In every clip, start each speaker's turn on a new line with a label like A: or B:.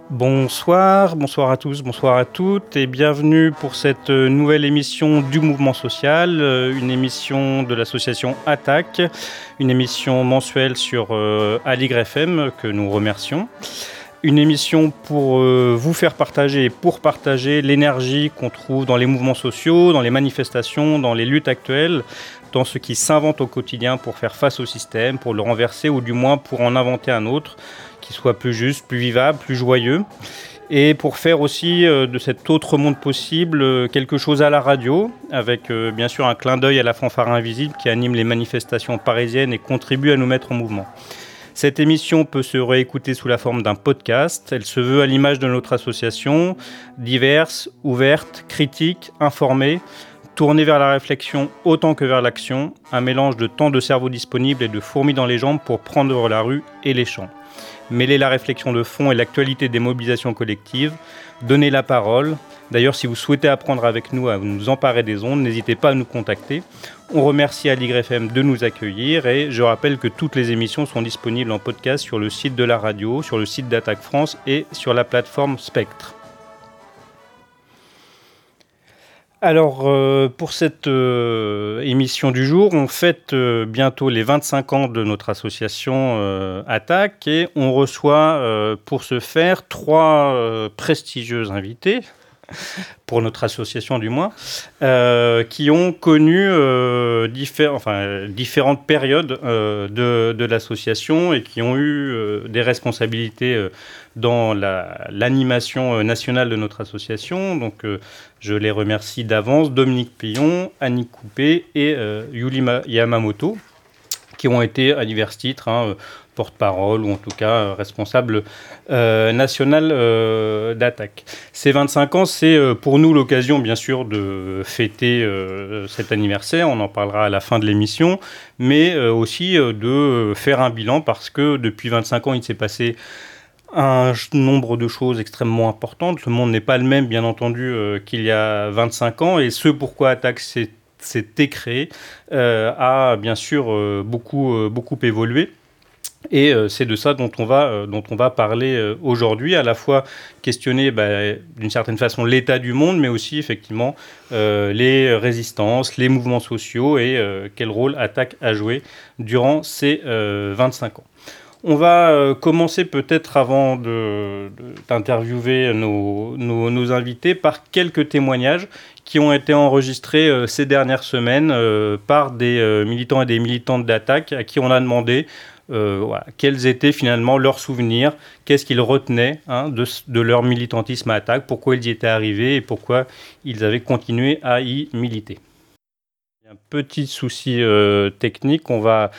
A: Bonsoir à tous, bonsoir à toutes et bienvenue pour cette nouvelle émission du Mouvement Social, une émission de l'association Attaque, une émission mensuelle sur Aligre FM que nous remercions. Une émission pour vous faire partager et pour partager l'énergie qu'on trouve dans les mouvements sociaux, dans les manifestations, dans les luttes actuelles, dans ce qui s'invente au quotidien pour faire face au système, pour le renverser ou du moins pour en inventer un autre qui soit plus juste, plus vivable, plus joyeux. Et pour faire aussi de cet autre monde possible quelque chose à la radio, avec bien sûr un clin d'œil à la fanfare invisible qui anime les manifestations parisiennes et contribue à nous mettre en mouvement. Cette émission peut se réécouter sous la forme d'un podcast. Elle se veut à l'image de notre association, diverse, ouverte, critique, informée, tournée vers la réflexion autant que vers l'action, un mélange de temps de cerveau disponible et de fourmis dans les jambes pour prendre la rue et les champs. Mêler la réflexion de fond et l'actualité des mobilisations collectives, donner la parole. D'ailleurs, si vous souhaitez apprendre avec nous à nous emparer des ondes, n'hésitez pas à nous contacter. On remercie Aligre FM de nous accueillir et je rappelle que toutes les émissions sont disponibles en podcast sur le site de la radio, sur le site d'Attaque France et sur la plateforme Spectre. Alors, pour cette émission du jour, on fête bientôt les 25 ans de notre association Attaque et on reçoit pour ce faire trois prestigieux invités, pour notre association du moins, qui ont connu différentes périodes de l'association et qui ont eu des responsabilités dans l'animation nationale de notre association. Donc je les remercie d'avance, Dominique Pillon, Annie Coupé et Yuli Yamamoto, qui ont été à divers titres, porte-parole ou en tout cas responsable national d'Attaque. Ces 25 ans, c'est pour nous l'occasion bien sûr de fêter cet anniversaire, on en parlera à la fin de l'émission, mais aussi de faire un bilan parce que depuis 25 ans, il s'est passé un nombre de choses extrêmement importantes. Le monde n'est pas le même, bien entendu, qu'il y a 25 ans, et ce pourquoi Attaque s'était créé a bien sûr beaucoup évolué. Et c'est de ça dont on va parler aujourd'hui, à la fois questionner d'une certaine façon l'état du monde, mais aussi effectivement les résistances, les mouvements sociaux et quel rôle Attaque a joué durant ces 25 ans. On va commencer peut-être avant d'interviewer nos invités par quelques témoignages qui ont été enregistrés ces dernières semaines par des militants et des militantes d'Attaque à qui on a demandé quels étaient finalement leurs souvenirs, qu'est-ce qu'ils retenaient de leur militantisme à Attaque, pourquoi ils y étaient arrivés et pourquoi ils avaient continué à y militer. Un petit souci technique, on va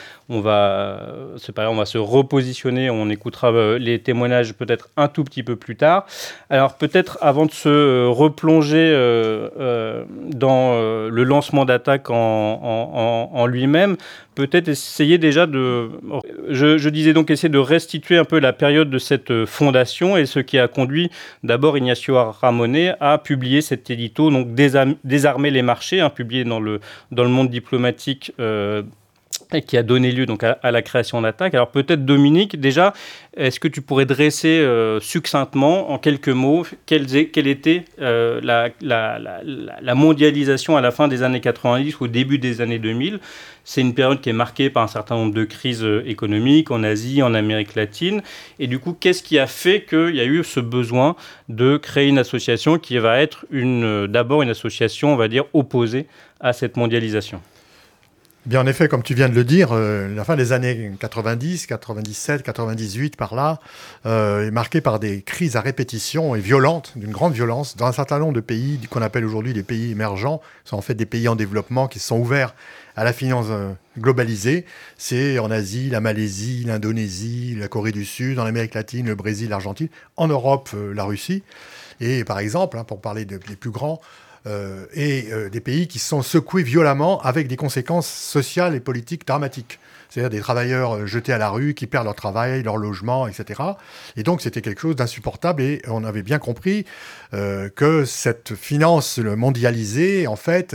A: se repositionner, on écoutera les témoignages peut-être un tout petit peu plus tard. Alors peut-être avant de se replonger dans le lancement d'Attaque en lui-même, peut-être essayer déjà je disais donc essayer de restituer un peu la période de cette fondation et ce qui a conduit d'abord Ignacio Ramonet à publier cet édito, donc Désarmer les marchés, publié dans le monde diplomatique et qui a donné lieu donc à la création d'Attaque. Alors peut-être Dominique, déjà, est-ce que tu pourrais dresser succinctement, en quelques mots, quelle était la mondialisation à la fin des années 90 ou au début des années 2000 ? C'est une période qui est marquée par un certain nombre de crises économiques en Asie, en Amérique latine. Et du coup, qu'est-ce qui a fait qu'il y a eu ce besoin de créer une association qui va être d'abord une association, on va dire, opposée à cette mondialisation ?
B: Bien, en effet, comme tu viens de le dire, la fin des années 90, 97, 98, par là, est marquée par des crises à répétition et violentes, d'une grande violence, dans un certain nombre de pays qu'on appelle aujourd'hui des pays émergents. Ce sont en fait des pays en développement qui se sont ouverts à la finance globalisée. C'est en Asie, la Malaisie, l'Indonésie, la Corée du Sud, en Amérique latine, le Brésil, l'Argentine, en Europe, la Russie. Et par exemple, pour parler des plus grands, des pays qui sont secoués violemment avec des conséquences sociales et politiques dramatiques. C'est-à-dire des travailleurs jetés à la rue, qui perdent leur travail, leur logement, etc. Et donc, c'était quelque chose d'insupportable. Et on avait bien compris que cette finance mondialisée, en fait,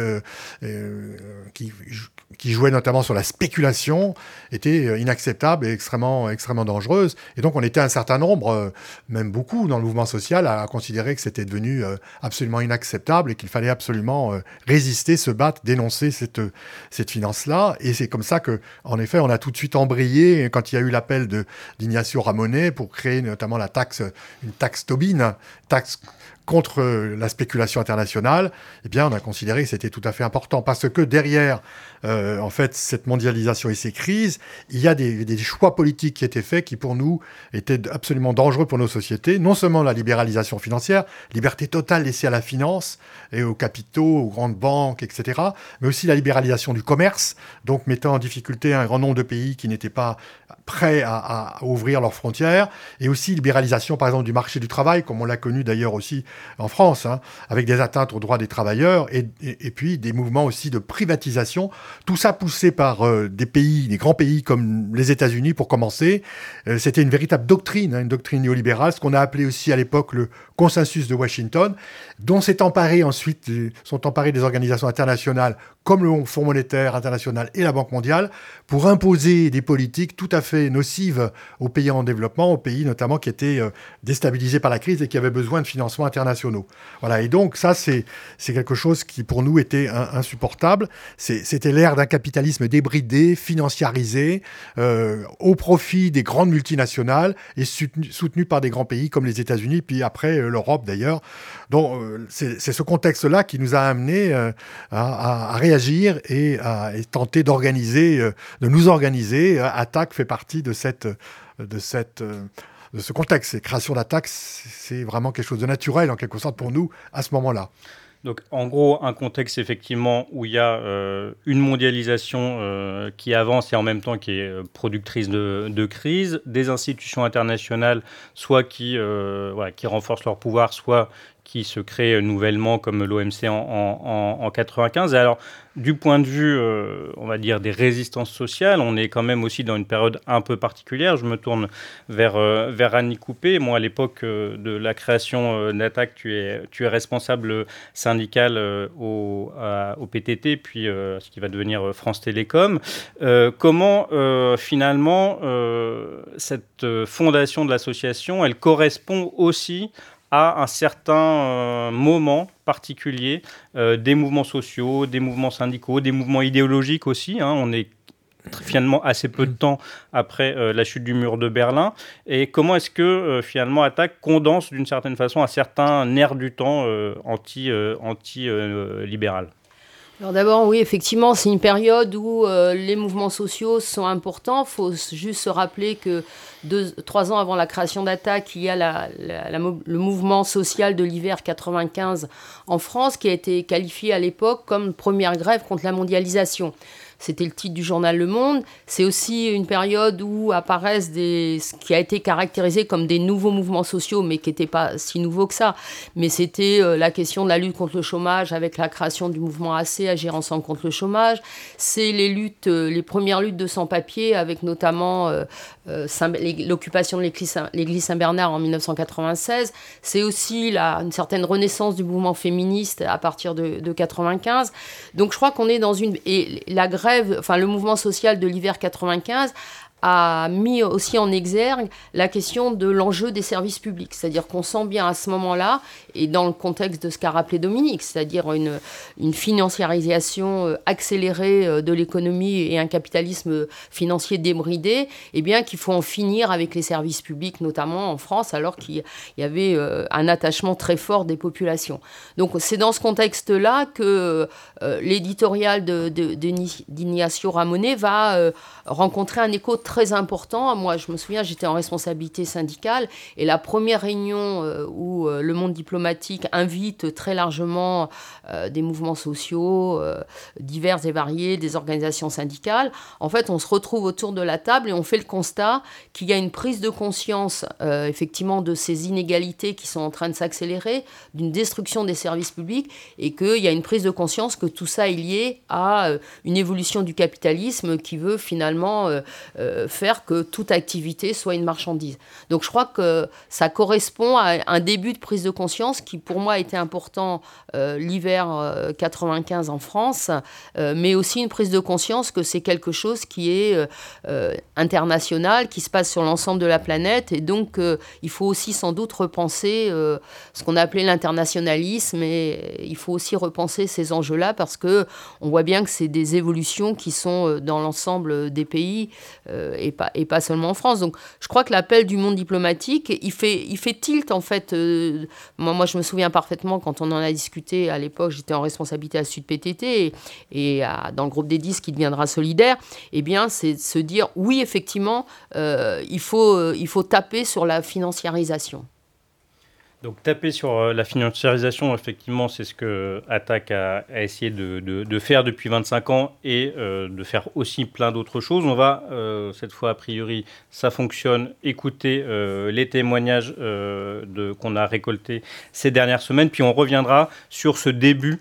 B: qui jouait notamment sur la spéculation, était inacceptable et extrêmement, extrêmement dangereuse. Et donc, on était un certain nombre, même beaucoup, dans le mouvement social, à considérer que c'était devenu absolument inacceptable et qu'il fallait absolument résister, se battre, dénoncer cette finance-là. Et c'est comme ça que, en effet, on a tout de suite embrayé quand il y a eu l'appel d'Ignacio Ramonet pour créer notamment une taxe Tobin, taxe contre la spéculation internationale. Eh bien, on a considéré que c'était tout à fait important parce que derrière, en fait, cette mondialisation et ces crises, il y a des choix politiques qui étaient faits qui, pour nous, étaient absolument dangereux pour nos sociétés. Non seulement la libéralisation financière, liberté totale laissée à la finance et aux capitaux, aux grandes banques, etc., mais aussi la libéralisation du commerce, donc mettant en difficulté un grand nombre de pays qui n'étaient pas prêts à ouvrir leurs frontières, et aussi libéralisation, par exemple, du marché du travail, comme on l'a connu d'ailleurs aussi en France, avec des atteintes aux droits des travailleurs, et puis des mouvements aussi de privatisation. Tout ça poussé par des grands pays comme les États-Unis, pour commencer. C'était une véritable doctrine, une doctrine néolibérale, ce qu'on a appelé aussi à l'époque le consensus de Washington, dont sont emparées des organisations internationales comme le Fonds monétaire international et la Banque mondiale, pour imposer des politiques tout à fait nocives aux pays en développement, aux pays notamment qui étaient déstabilisés par la crise et qui avaient besoin de financements internationaux. Voilà, et donc ça, c'est quelque chose qui pour nous était insupportable. C'était l'ère d'un capitalisme débridé, financiarisé, au profit des grandes multinationales et soutenu par des grands pays comme les États-Unis, puis après l'Europe d'ailleurs. Donc c'est ce contexte-là qui nous a amenés à réagir et à tenter de nous organiser. Attac fait partie de ce contexte. Et création d'Attac, c'est vraiment quelque chose de naturel, en quelque sorte, pour nous, à ce moment-là.
A: Donc, en gros, un contexte, effectivement, où il y a une mondialisation qui avance et en même temps qui est productrice de crise, des institutions internationales, soit qui renforcent leur pouvoir, soit qui se créent nouvellement, comme l'OMC en 95. Et alors, du point de vue, on va dire, des résistances sociales, on est quand même aussi dans une période un peu particulière. Je me tourne vers Annie Coupé. Moi, à l'époque de la création d'Attac, tu es responsable syndical au PTT, puis ce qui va devenir France Télécom. Comment, finalement, cette fondation de l'association, elle correspond aussi à un certain moment particulier des mouvements sociaux, des mouvements syndicaux, des mouvements idéologiques aussi. On est finalement assez peu de temps après la chute du mur de Berlin. Et comment est-ce que finalement Attac condense d'une certaine façon un certain air du temps anti-libéral?
C: Alors d'abord, oui, effectivement, c'est une période où les mouvements sociaux sont importants. Il faut juste se rappeler que 3 ans avant la création d'Attac, il y a le mouvement social de l'hiver 95 en France, qui a été qualifié à l'époque comme première grève contre la mondialisation. C'était le titre du journal Le Monde. C'est aussi une période où apparaissent ce qui a été caractérisé comme des nouveaux mouvements sociaux, mais qui n'étaient pas si nouveaux que ça. Mais c'était la question de la lutte contre le chômage avec la création du mouvement AC, Agir ensemble contre le chômage. C'est les premières luttes de sans-papiers, avec notamment l'occupation de l'église Saint-Bernard en 1996. C'est aussi une certaine renaissance du mouvement féministe à partir de 95. Donc je crois qu'on est dans et la grève, le mouvement social de l'hiver 95 a mis aussi en exergue la question de l'enjeu des services publics. C'est-à-dire qu'on sent bien à ce moment-là, et dans le contexte de ce qu'a rappelé Dominique, c'est-à-dire une financiarisation accélérée de l'économie et un capitalisme financier débridé, eh bien qu'il faut en finir avec les services publics, notamment en France, alors qu'il y avait un attachement très fort des populations. Donc c'est dans ce contexte-là que l'éditorial d'Ignacio Ramonet va rencontrer un écho très très important. Moi, je me souviens, j'étais en responsabilité syndicale et la première réunion où le monde diplomatique invite très largement des mouvements sociaux divers et variés, des organisations syndicales, en fait, on se retrouve autour de la table et on fait le constat qu'il y a une prise de conscience, effectivement, de ces inégalités qui sont en train de s'accélérer, d'une destruction des services publics et qu'il y a une prise de conscience que tout ça est lié à une évolution du capitalisme qui veut finalement faire que toute activité soit une marchandise. Donc je crois que ça correspond à un début de prise de conscience qui pour moi a été important l'hiver 95 en France, mais aussi une prise de conscience que c'est quelque chose qui est international, qui se passe sur l'ensemble de la planète et donc il faut aussi sans doute repenser ce qu'on a appelé l'internationalisme et il faut aussi repenser ces enjeux-là parce qu'on voit bien que c'est des évolutions qui sont dans l'ensemble des pays et pas seulement en France. Donc je crois que l'appel du monde diplomatique, il fait tilt en fait. Moi, je me souviens parfaitement quand on en a discuté à l'époque, j'étais en responsabilité à Sud PTT et dans le groupe des 10 qui deviendra Solidaire, eh bien c'est de se dire oui, effectivement, il faut taper sur la financiarisation.
A: Donc taper sur la financiarisation, effectivement, c'est ce que Attac a essayé de faire depuis 25 ans et de faire aussi plein d'autres choses. On va, cette fois, a priori, ça fonctionne, écouter les témoignages qu'on a récoltés ces dernières semaines, puis on reviendra sur ce début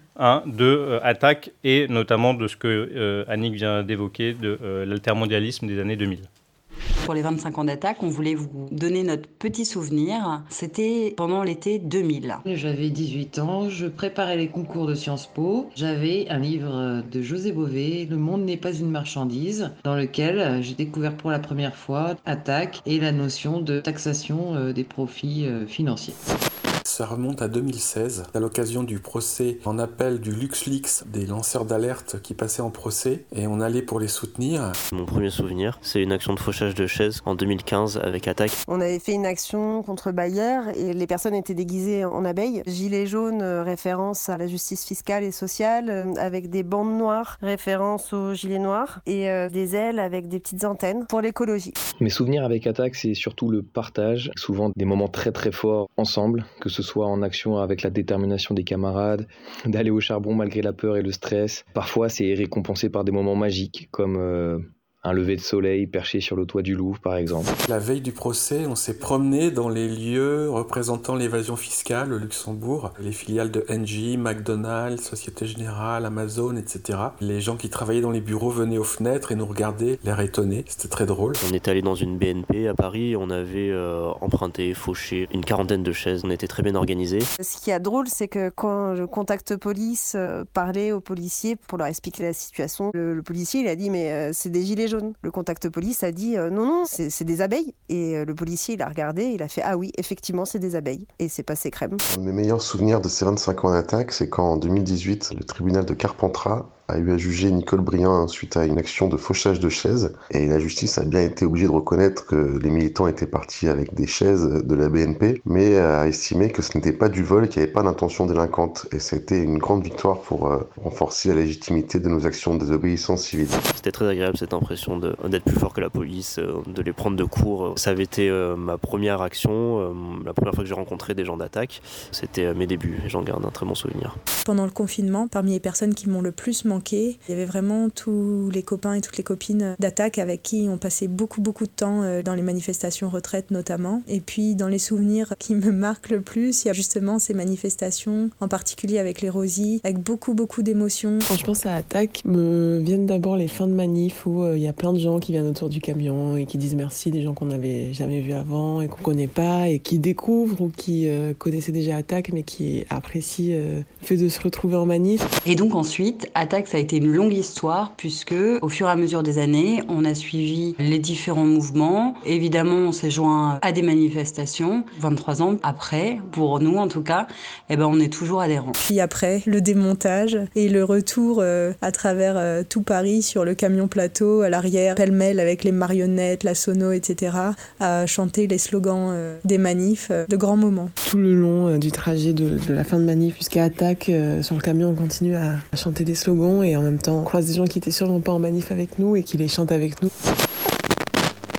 A: de Attac et notamment de ce que Annick vient d'évoquer, de l'altermondialisme des années 2000.
D: Pour les 25 ans d'Attac, on voulait vous donner notre petit souvenir. C'était pendant l'été 2000.
E: J'avais 18 ans, je préparais les concours de Sciences Po. J'avais un livre de José Bové, Le monde n'est pas une marchandise, dans lequel j'ai découvert pour la première fois Attac et la notion de taxation des profits financiers.
F: Ça remonte à 2016, à l'occasion du procès en appel du LuxLeaks, des lanceurs d'alerte qui passaient en procès, et on allait pour les soutenir.
G: Mon premier souvenir, c'est une action de fauchage de chaises en 2015 avec Attac.
H: On avait fait une action contre Bayer et les personnes étaient déguisées en abeilles. Gilets jaunes, référence à la justice fiscale et sociale, avec des bandes noires, référence aux gilets noirs, et des ailes avec des petites antennes pour l'écologie.
I: Mes souvenirs avec Attac, c'est surtout le partage, souvent des moments très très forts ensemble, que ce soit en action avec la détermination des camarades, d'aller au charbon malgré la peur et le stress. Parfois, c'est récompensé par des moments magiques, comme un lever de soleil perché sur le toit du Louvre, par exemple.
F: La veille du procès, on s'est promené dans les lieux représentant l'évasion fiscale au Luxembourg, les filiales de Engie, McDonald's, Société Générale, Amazon, etc. Les gens qui travaillaient dans les bureaux venaient aux fenêtres et nous regardaient, l'air étonné. C'était très drôle.
G: On était allé dans une BNP à Paris, on avait emprunté, fauché une quarantaine de chaises. On était très bien organisés.
H: Ce qui est drôle, c'est que quand le contact police parlait aux policiers pour leur expliquer la situation, le policier il a dit mais c'est des gilets jaunes. Le contact police a dit non, c'est des abeilles. Et le policier, il a regardé, il a fait ah oui, effectivement, c'est des abeilles. Et c'est passé crème.
J: Un de mes meilleurs souvenirs de ces 25 ans d'Attac, c'est qu'en 2018, le tribunal de Carpentras a eu à juger Nicole Briand suite à une action de fauchage de chaises. Et la justice a bien été obligée de reconnaître que les militants étaient partis avec des chaises de la BNP, mais a estimé que ce n'était pas du vol et qu'il n'y avait pas d'intention délinquante. Et c'était une grande victoire pour renforcer la légitimité de nos actions de désobéissance civile.
G: C'était très agréable cette impression d'être plus fort que la police, de les prendre de court. Ça avait été ma première action, la première fois que j'ai rencontré des gens d'Attac. C'était mes débuts et j'en garde un très bon souvenir.
K: Pendant le confinement, parmi les personnes qui m'ont le plus manqué, il y avait vraiment tous les copains et toutes les copines d'Attac avec qui on passait beaucoup de temps dans les manifestations retraite notamment. Et puis dans les souvenirs qui me marquent le plus, il y a justement ces manifestations, en particulier avec les Rosies, avec beaucoup d'émotions.
L: Quand je pense à Attac, me viennent d'abord les fins de manif où il y a plein de gens qui viennent autour du camion et qui disent merci, des gens qu'on n'avait jamais vus avant et qu'on connaît pas et qui découvrent ou qui connaissaient déjà Attac mais qui apprécient le fait de se retrouver en manif.
D: Et donc ensuite, Attac, ça a été une longue histoire puisque au fur et à mesure des années, on a suivi les différents mouvements. Évidemment, on s'est joint à des manifestations. 23 ans après, pour nous en tout cas, on est toujours adhérents.
K: Puis après, le démontage et le retour à travers tout Paris sur le camion plateau, à l'arrière, pêle-mêle avec les marionnettes, la sono, etc., à chanter les slogans des manifs, de grands moments.
L: Tout le long du trajet de la fin de manif jusqu'à Attac, sur le camion, on continue à chanter des slogans et en même temps, on croise des gens qui étaient sûrement pas en manif avec nous et qui les chantent avec nous.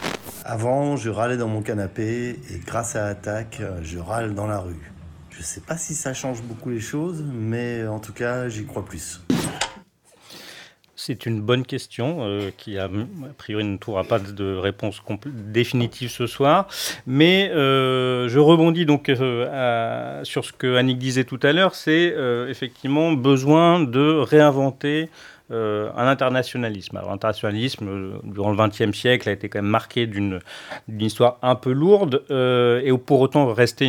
M: Avant, je râlais dans mon canapé et grâce à Attac, je râle dans la rue. Je sais pas si ça change beaucoup les choses, mais en tout cas, j'y crois plus.
A: C'est une bonne question qui, a priori, ne trouvera pas de réponse définitive ce soir. Mais je rebondis donc sur ce que Annick disait tout à l'heure, c'est effectivement besoin de réinventer un internationalisme. Alors, l'internationalisme, durant le XXe siècle, a été quand même marqué d'une histoire un peu lourde et pour autant rester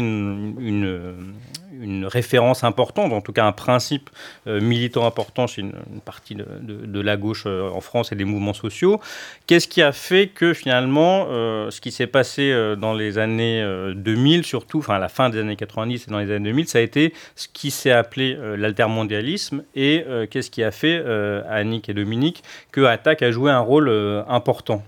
A: une référence importante, en tout cas un principe militant important chez une partie de la gauche en France et des mouvements sociaux. Qu'est-ce qui a fait que finalement, ce qui s'est passé dans les années 2000, surtout, enfin à la fin des années 90 et dans les années 2000, ça a été ce qui s'est appelé l'altermondialisme et qu'est-ce qui a fait, Annick et Dominique, que Attac a joué un rôle important?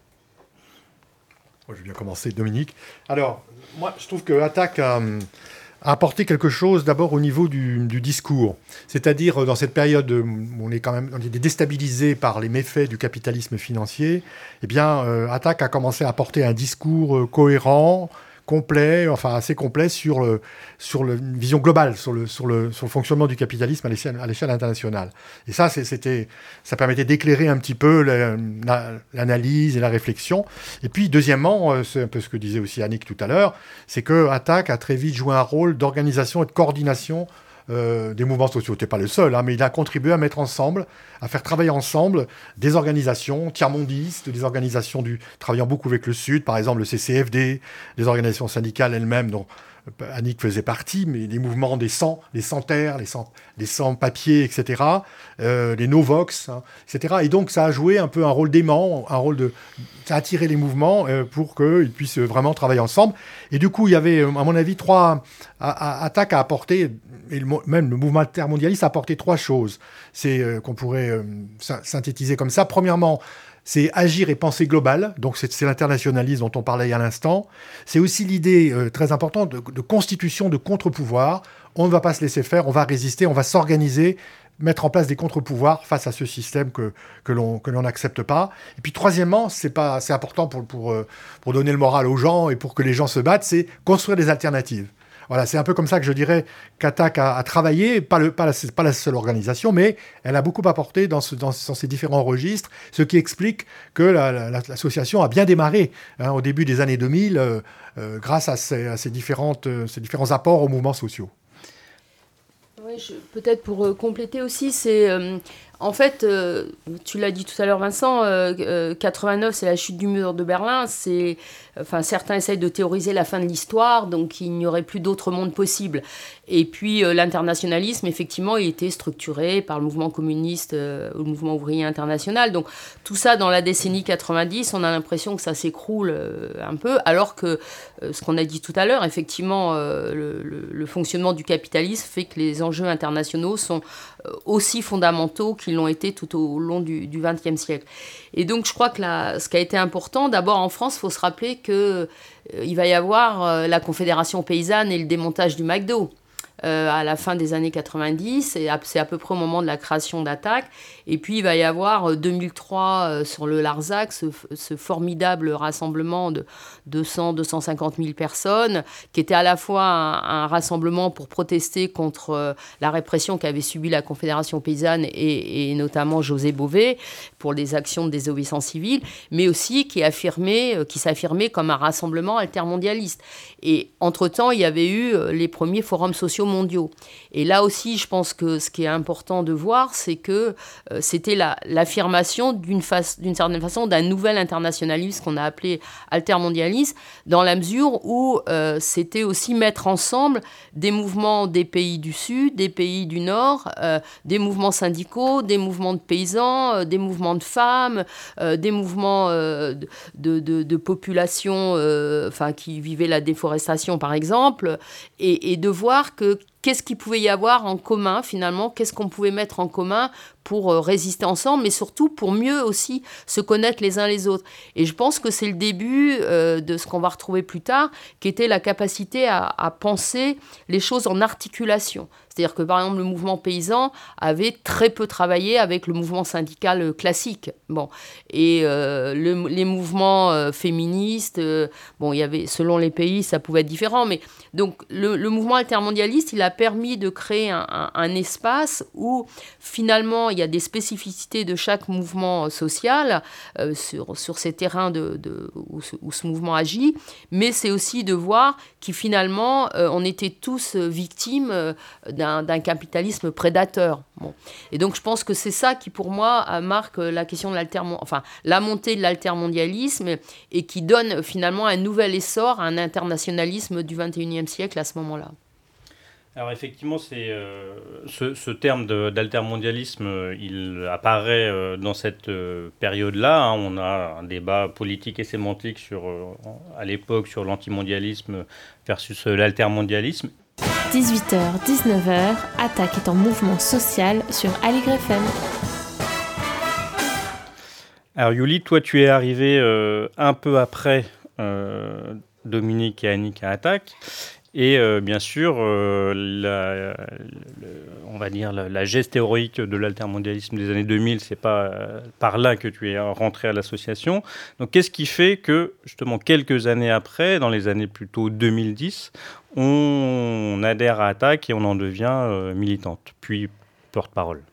B: Je vais bien commencer, Dominique. Alors, moi, je trouve que Attac a apporté quelque chose d'abord au niveau du discours. C'est-à-dire, dans cette période où on est déstabilisé par les méfaits du capitalisme financier, eh bien, Attac a commencé à apporter un discours cohérent, complet, enfin assez complet sur une vision globale, sur le fonctionnement du capitalisme à l'échelle internationale. Et ça permettait d'éclairer un petit peu l'analyse et la réflexion. Et puis, deuxièmement, c'est un peu ce que disait aussi Annick tout à l'heure, c'est que Attac a très vite joué un rôle d'organisation et de coordination des mouvements sociaux. Tu n'es pas le seul, mais il a contribué à mettre ensemble, à faire travailler ensemble des organisations tiers-mondistes, des organisations travaillant beaucoup avec le Sud, par exemple le CCFD, des organisations syndicales elles-mêmes dont Annick faisait partie, mais les mouvements des sans-terre, les sans-papiers, etc., les no-vox, etc. Et donc ça a joué un peu un rôle d'aimant, ça a attiré les mouvements pour qu'ils puissent vraiment travailler ensemble. Et du coup, il y avait, à mon avis, Attac a apporté, et même le mouvement intermondialiste a apporté trois choses. C'est qu'on pourrait synthétiser comme ça. Premièrement, c'est agir et penser global, donc c'est l'internationalisme dont on parlait il y a l'instant. C'est aussi l'idée très importante de constitution de contre-pouvoirs. On ne va pas se laisser faire, on va résister, on va s'organiser, mettre en place des contre-pouvoirs face à ce système que l'on n'accepte pas. Et puis troisièmement, c'est important pour donner le moral aux gens et pour que les gens se battent, c'est construire des alternatives. Voilà, c'est un peu comme ça que je dirais qu'Attac a travaillé, pas la seule organisation, mais elle a beaucoup apporté dans ces différents registres, ce qui explique que l'association a bien démarré au début des années 2000 grâce à ces différents apports aux mouvements sociaux.
C: Oui, peut-être pour compléter aussi, c'est en fait, tu l'as dit tout à l'heure Vincent, 89 c'est la chute du mur de Berlin, certains essayent de théoriser la fin de l'histoire, donc il n'y aurait plus d'autre monde possible. Et puis l'internationalisme, effectivement, il était structuré par le mouvement communiste, le mouvement ouvrier international. Donc tout ça, dans la décennie 90, on a l'impression que ça s'écroule un peu, alors que ce qu'on a dit tout à l'heure, effectivement, le fonctionnement du capitalisme fait que les enjeux internationaux sont aussi fondamentaux qu'ils l'ont été tout au long du XXe siècle. Et donc je crois que ce qui a été important, d'abord en France, il faut se rappeler qu'il va y avoir la Confédération paysanne et le démontage du McDo. À la fin des années 90, et c'est à peu près au moment de la création d'Attac. Et puis il va y avoir 2003 sur le Larzac, ce formidable rassemblement de 250 000 personnes, qui était à la fois un rassemblement pour protester contre la répression qu'avait subie la Confédération paysanne et notamment José Bové pour les actions de désobéissance civile, mais aussi qui s'affirmait comme un rassemblement altermondialiste. Et entre-temps, il y avait eu les premiers forums sociaux mondiaux. Et là aussi, je pense que ce qui est important de voir, c'est que c'était l'affirmation d'une certaine façon d'un nouvel internationalisme qu'on a appelé altermondialisme, dans la mesure où c'était aussi mettre ensemble des mouvements des pays du Sud, des pays du Nord, des mouvements syndicaux, des mouvements de paysans, des mouvements de femmes, des mouvements de populations qui vivaient la déforestation, par exemple, et de voir qu'est-ce qu'il pouvait y avoir en commun, finalement, qu'est-ce qu'on pouvait mettre en commun pour résister ensemble, mais surtout pour mieux aussi se connaître les uns les autres. Et je pense que c'est le début de ce qu'on va retrouver plus tard, qui était la capacité à penser les choses en articulation. C'est-à-dire que, par exemple, le mouvement paysan avait très peu travaillé avec le mouvement syndical classique. Bon. Et les mouvements féministes, il y avait, selon les pays, ça pouvait être différent. Mais donc, le mouvement altermondialiste, il a permis de créer un espace où, finalement, il y a des spécificités de chaque mouvement social sur ces terrains où ce mouvement agit. Mais c'est aussi de voir que, finalement, on était tous victimes d'un capitalisme prédateur. Bon. Et donc, je pense que c'est ça qui, pour moi, marque la question de la montée de l'altermondialisme et qui donne finalement un nouvel essor à un internationalisme du XXIe siècle à ce moment-là.
A: Alors effectivement, ce terme d'altermondialisme, il apparaît dans cette période-là. Hein. On a un débat politique et sémantique à l'époque sur l'antimondialisme versus l'altermondialisme.
N: 18h, 19h, Attaque est en mouvement social sur Aligre FM.
A: Alors Yuli, toi tu es arrivé un peu après Dominique et Annick à Attaque. Et bien sûr, on va dire la geste héroïque de l'altermondialisme des années 2000, c'est pas par là que tu es rentré à l'association. Donc qu'est-ce qui fait que, justement, quelques années après, dans les années plutôt 2010, on adhère à Attaque et on en devient militante, puis porte-parole?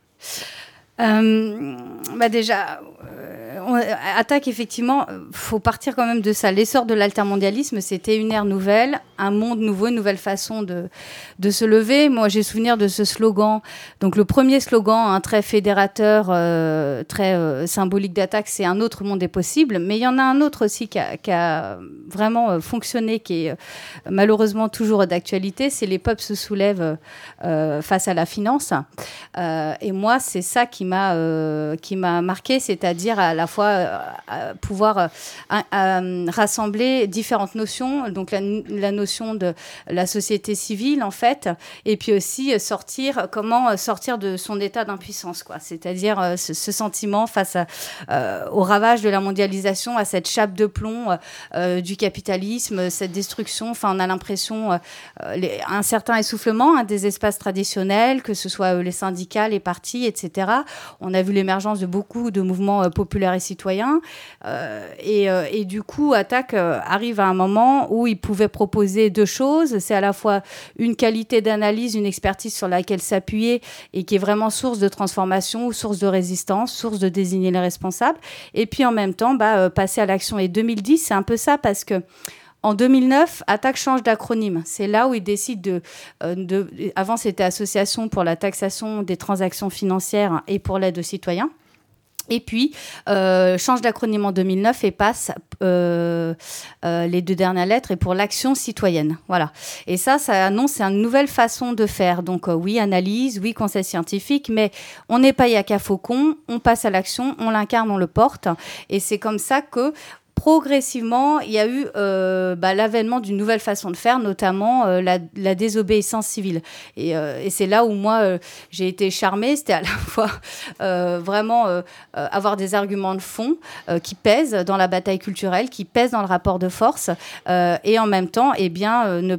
O: Déjà, Attaque, effectivement, faut partir quand même de ça. L'essor de l'altermondialisme, c'était une ère nouvelle, un monde nouveau, une nouvelle façon de se lever. Moi, j'ai souvenir de ce slogan. Donc, le premier slogan, très fédérateur, très symbolique d'Attaque, c'est « Un autre monde est possible ». Mais il y en a un autre aussi qui a vraiment fonctionné, qui est malheureusement toujours d'actualité, c'est « Les peuples se soulèvent face à la finance ». Et moi, c'est ça qui m'a marqué, c'est-à-dire à la fois pouvoir rassembler différentes notions, donc la notion de la société civile en fait, et puis aussi comment sortir de son état d'impuissance, quoi. C'est-à-dire ce sentiment face au ravage de la mondialisation, à cette chape de plomb du capitalisme, cette destruction. Enfin, on a l'impression un certain essoufflement des espaces traditionnels, que ce soit les syndicats, les partis, etc. On a vu l'émergence de beaucoup de mouvements populaires et citoyens. Et du coup, Attaque arrive à un moment où il pouvait proposer deux choses. C'est à la fois une qualité d'analyse, une expertise sur laquelle s'appuyer et qui est vraiment source de transformation, source de résistance, source de désigner les responsables. Et puis en même temps, passer à l'action. Et 2010, c'est un peu ça parce que en 2009, Attaque change d'acronyme. C'est là où il décide avant, c'était Association pour la taxation des transactions financières et pour l'aide aux citoyens. Et puis, change d'acronyme en 2009 et passe les deux dernières lettres et pour l'action citoyenne. Voilà. Et ça annonce une nouvelle façon de faire. Donc, oui, analyse, oui, conseil scientifique, mais on n'est pas Yaka Faucon, on passe à l'action, on l'incarne, on le porte. Et c'est comme ça que progressivement, il y a eu l'avènement d'une nouvelle façon de faire, notamment la désobéissance civile. Et c'est là où moi, j'ai été charmée. C'était à la fois vraiment avoir des arguments de fond qui pèsent dans la bataille culturelle, qui pèsent dans le rapport de force, et en même temps, ne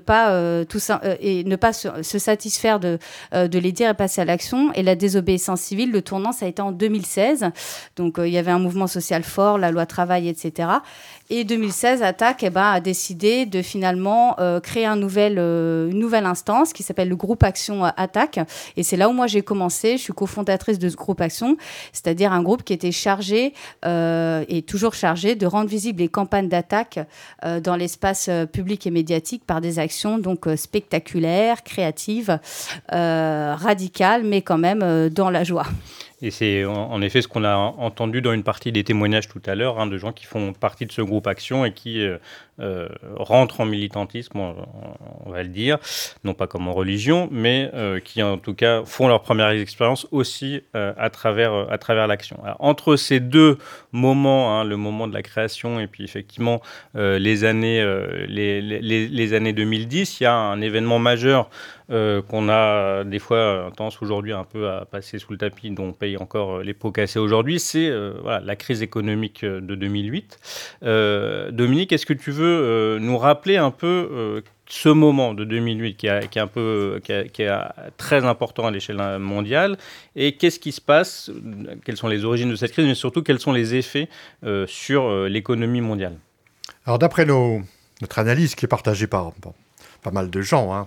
O: pas se satisfaire de les dire et passer à l'action. Et la désobéissance civile, le tournant, ça a été en 2016. Donc, il y avait un mouvement social fort, la loi travail, etc. Et 2016, Attaque a décidé de finalement créer une nouvelle instance qui s'appelle le groupe Action Attaque. Et c'est là où moi j'ai commencé. Je suis cofondatrice de ce groupe Action, c'est-à-dire un groupe qui était chargé et toujours chargé de rendre visibles les campagnes d'attaque dans l'espace public et médiatique par des actions donc spectaculaires, créatives, radicales, mais quand même dans la joie.
A: Et c'est en effet ce qu'on a entendu dans une partie des témoignages tout à l'heure, de gens qui font partie de ce groupe Action et qui rentrent en militantisme, on va le dire, non pas comme en religion, mais qui en tout cas font leur première expérience aussi à travers l'action. Alors, entre ces deux moments, le moment de la création et puis effectivement les années 2010, il y a un événement majeur qu'on a des fois tendance aujourd'hui un peu à passer sous le tapis, dont on paye encore les pots cassés aujourd'hui, c'est la crise économique de 2008. Dominique, est-ce que tu veux nous rappeler un peu ce moment de 2008 qui est très important à l'échelle mondiale, et qu'est-ce qui se passe, quelles sont les origines de cette crise, mais surtout quels sont les effets sur l'économie mondiale?
B: Alors d'après notre analyse, qui est partagée par pas mal de gens,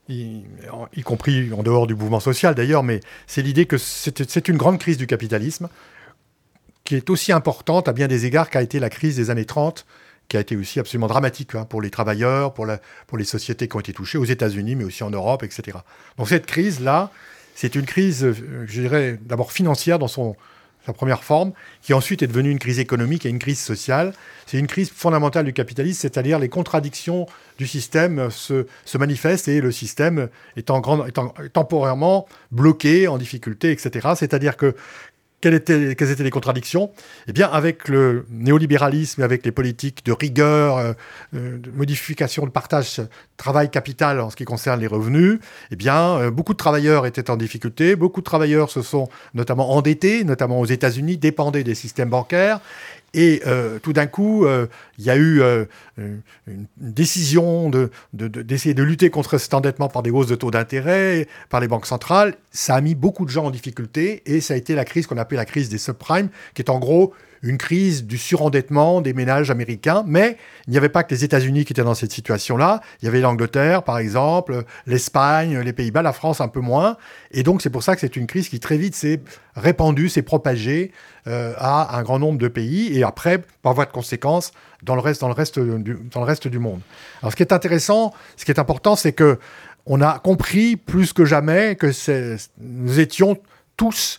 B: y compris en dehors du mouvement social d'ailleurs, mais c'est l'idée que c'est une grande crise du capitalisme qui est aussi importante à bien des égards qu'a été la crise des années 30, qui a été aussi absolument dramatique pour les travailleurs, pour les sociétés qui ont été touchées, aux États-Unis, mais aussi en Europe, etc. Donc cette crise-là, c'est une crise, je dirais, d'abord financière dans sa première forme, qui ensuite est devenue une crise économique et une crise sociale. C'est une crise fondamentale du capitalisme, c'est-à-dire les contradictions du système se manifestent et le système étant temporairement bloqué, en difficulté, etc. C'est-à-dire que quelles étaient les contradictions? Eh bien, avec le néolibéralisme, avec les politiques de rigueur, de modification de partage travail-capital en ce qui concerne les revenus, eh bien, beaucoup de travailleurs étaient en difficulté. Beaucoup de travailleurs se sont notamment endettés, notamment aux États-Unis, dépendaient des systèmes bancaires. Et tout d'un coup, il y a eu une décision d'essayer de lutter contre cet endettement par des hausses de taux d'intérêt, par les banques centrales. Ça a mis beaucoup de gens en difficulté et ça a été la crise qu'on appelle la crise des subprimes, qui est en gros une crise du surendettement des ménages américains. Mais il n'y avait pas que les États-Unis qui étaient dans cette situation-là. Il y avait l'Angleterre, par exemple, l'Espagne, les Pays-Bas, la France un peu moins. Et donc, c'est pour ça que c'est une crise qui très vite s'est répandue, s'est propagée à un grand nombre de pays. Et après, par voie de conséquence, dans le reste du monde. Alors, ce qui est intéressant, ce qui est important, c'est que on a compris plus que jamais que nous étions tous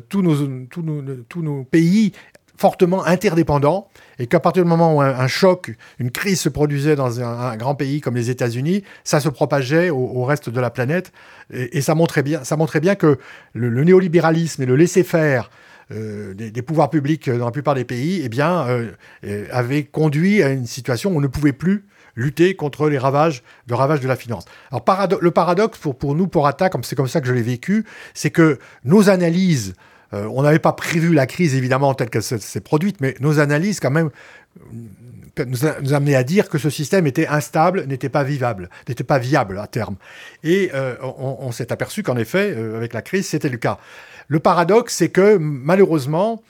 B: nos pays fortement interdépendants, et qu'à partir du moment où un choc, une crise se produisait dans un grand pays comme les États-Unis, ça se propageait au reste de la planète, et ça montrait bien que le néolibéralisme et le laisser-faire des pouvoirs publics dans la plupart des pays, avait conduit à une situation où on ne pouvait plus lutter contre le ravage de la finance. Alors le paradoxe pour nous, pour Attac, c'est comme ça que je l'ai vécu, c'est que nos analyses, on n'avait pas prévu la crise évidemment telle qu'elle s'est produite, mais nos analyses quand même nous amenaient à dire que ce système était instable, n'était pas viable à terme. Et on s'est aperçu qu'en effet, avec la crise, c'était le cas. Le paradoxe, c'est que malheureusement,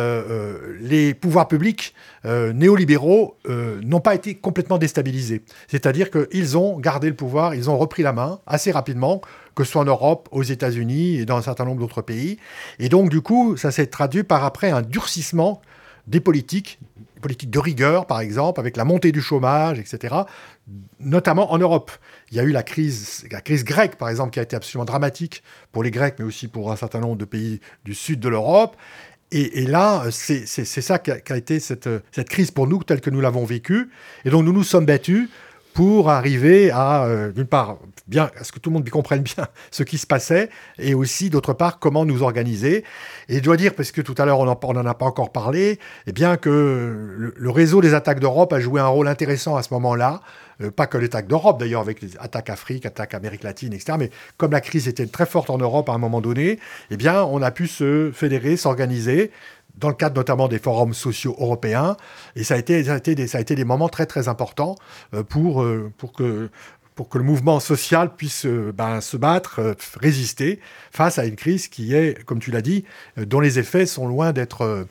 B: les pouvoirs publics néolibéraux n'ont pas été complètement déstabilisés. C'est-à-dire qu'ils ont gardé le pouvoir, ils ont repris la main assez rapidement, que ce soit en Europe, aux États-Unis et dans un certain nombre d'autres pays. Et donc, du coup, ça s'est traduit par après un durcissement des politiques de rigueur, par exemple, avec la montée du chômage, etc., notamment en Europe. Il y a eu la crise grecque, par exemple, qui a été absolument dramatique pour les Grecs, mais aussi pour un certain nombre de pays du sud de l'Europe. Et là, c'est ça qu'a été cette crise pour nous, telle que nous l'avons vécue. Et donc, nous nous sommes battus pour arriver à, d'une part, à ce que tout le monde comprenne bien ce qui se passait, et aussi, d'autre part, comment nous organiser. Et je dois dire, parce que tout à l'heure, on n'en a pas encore parlé, eh bien que le réseau des attaques d'Europe a joué un rôle intéressant à ce moment-là. Pas que les attaques d'Europe, d'ailleurs, avec les attaques Afrique, attaques Amérique latine, etc. Mais comme la crise était très forte en Europe à un moment donné, eh bien, on a pu se fédérer, s'organiser, dans le cadre notamment des forums sociaux européens. Et ça a été des moments très, très importants pour que le mouvement social puisse se battre, résister face à une crise qui est, comme tu l'as dit, dont les effets sont loin d'être